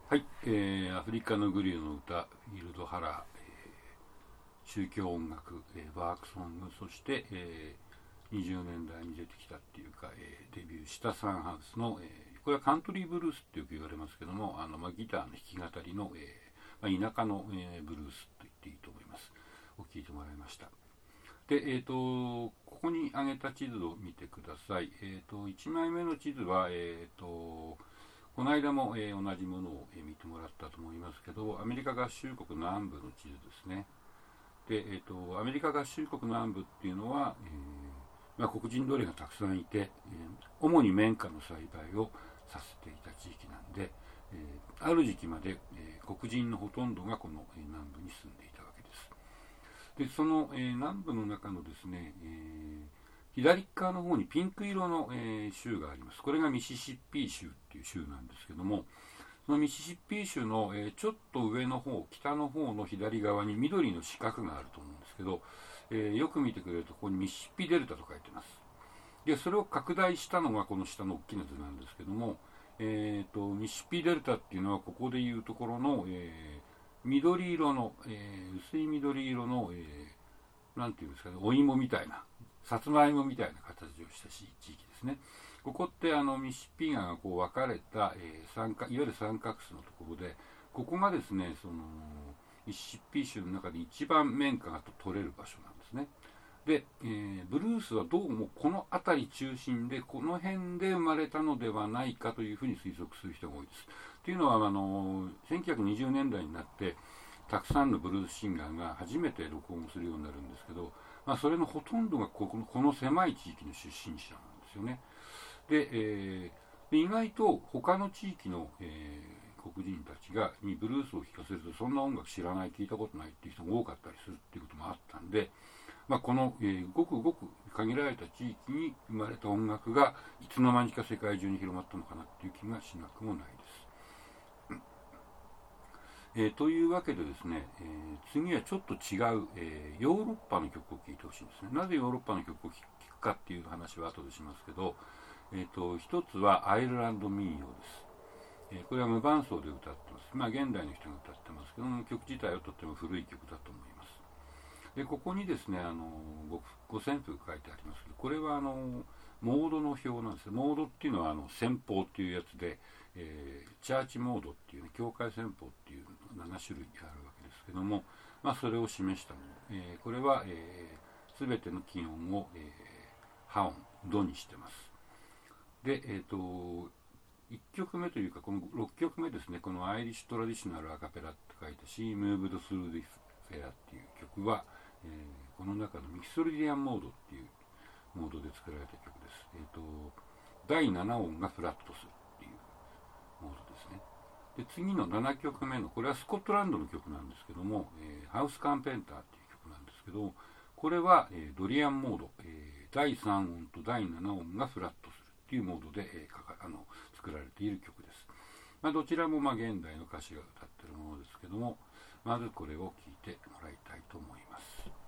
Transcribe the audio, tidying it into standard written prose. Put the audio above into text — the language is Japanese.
はい、アフリカのグリューの歌、フィールドハラー、宗教音楽、ワークソング、そして、20年代に出てきたっていうか、デビューしたサンハウスの、これはカントリーブルースってよく言われますけども、ギターの弾き語りの、田舎の、ブルースと言っていいと思います。を聴いてもらいました。で、ここに挙げた地図を見てください。1枚目の地図は、この間も、同じものを、見てもらったと思いますけど、アメリカ合衆国南部の地図ですね。で、アメリカ合衆国南部っていうのは、黒人奴隷がたくさんいて、主に綿花の栽培をさせていた地域なんで、ある時期まで、黒人のほとんどがこの、南部に住んでいたわけです。で、その、南部の中のですね、左側の方にピンク色の、州があります。これがミシシッピ州っていう州なんですけども、そのミシシッピ州の、ちょっと上の方、北の方の左側に緑の四角があると思うんですけど、よく見てくれるとここにミシシッピデルタと書いてます。で、それを拡大したのがこの下の大きな図なんですけども、ミシシッピデルタっていうのはここでいうところの、緑色の、薄い緑色の、なんていうんですかね、お芋みたいな、さつまいもみたいな形をした地域ですね。ここってミシシッピ川がこう分かれた、いわゆる三角州のところで、ここがですね、そのミシシッピ州の中で一番綿花が取れる場所なんですね。で、ブルースはどうもこの辺り中心で、この辺で生まれたのではないかというふうに推測する人が多いです。というのは、1920年代になって、たくさんのブルースシンガーが初めて録音するようになるんですけど、それのほとんどがこの狭い地域の出身者なんですよね。で、意外と他の地域の、黒人たちにブルースを聴かせると、そんな音楽知らない、聞いたことないっていう人が多かったりするっていうこともあったんで、この、ごくごく限られた地域に生まれた音楽がいつの間にか世界中に広まったのかなっていう気がしなくもないです。というわけでですね、次はちょっと違う、ヨーロッパの曲を聴いてほしいんですね。なぜヨーロッパの曲を聴くかっていう話は後でしますけど、一つはアイルランド民謡です。これは無伴奏で歌ってます。現代の人が歌ってますけども、曲自体はとっても古い曲だと思います。で、ここにですね、五線譜書いてありますけど、これはモードの表なんです。モードっていうのは旋法っていうやつで、チャーチモードっていう、ね、教会旋法っていう7種類あるわけですけども、それを示したもの。これは、全ての気音を、破音、ドにしてます。で、1曲目というか、この6曲目ですね、このアイリッシュトラディショナルアカペラって書いた She Moved Through the Fair っていう曲は、この中のミキソリディアンモードっていうモードで作られた曲です。第7音がフラットするっていうモードですね。で、次の7曲目の、これはスコットランドの曲なんですけども、ハウスカンペンターっていう曲なんですけど、これは、ドリアンモード、第3音と第7音がフラットするっていうモードで、作られている曲です。どちらも現代の歌手が歌っているものですけども、まずこれを聴いてもらいたいと思います。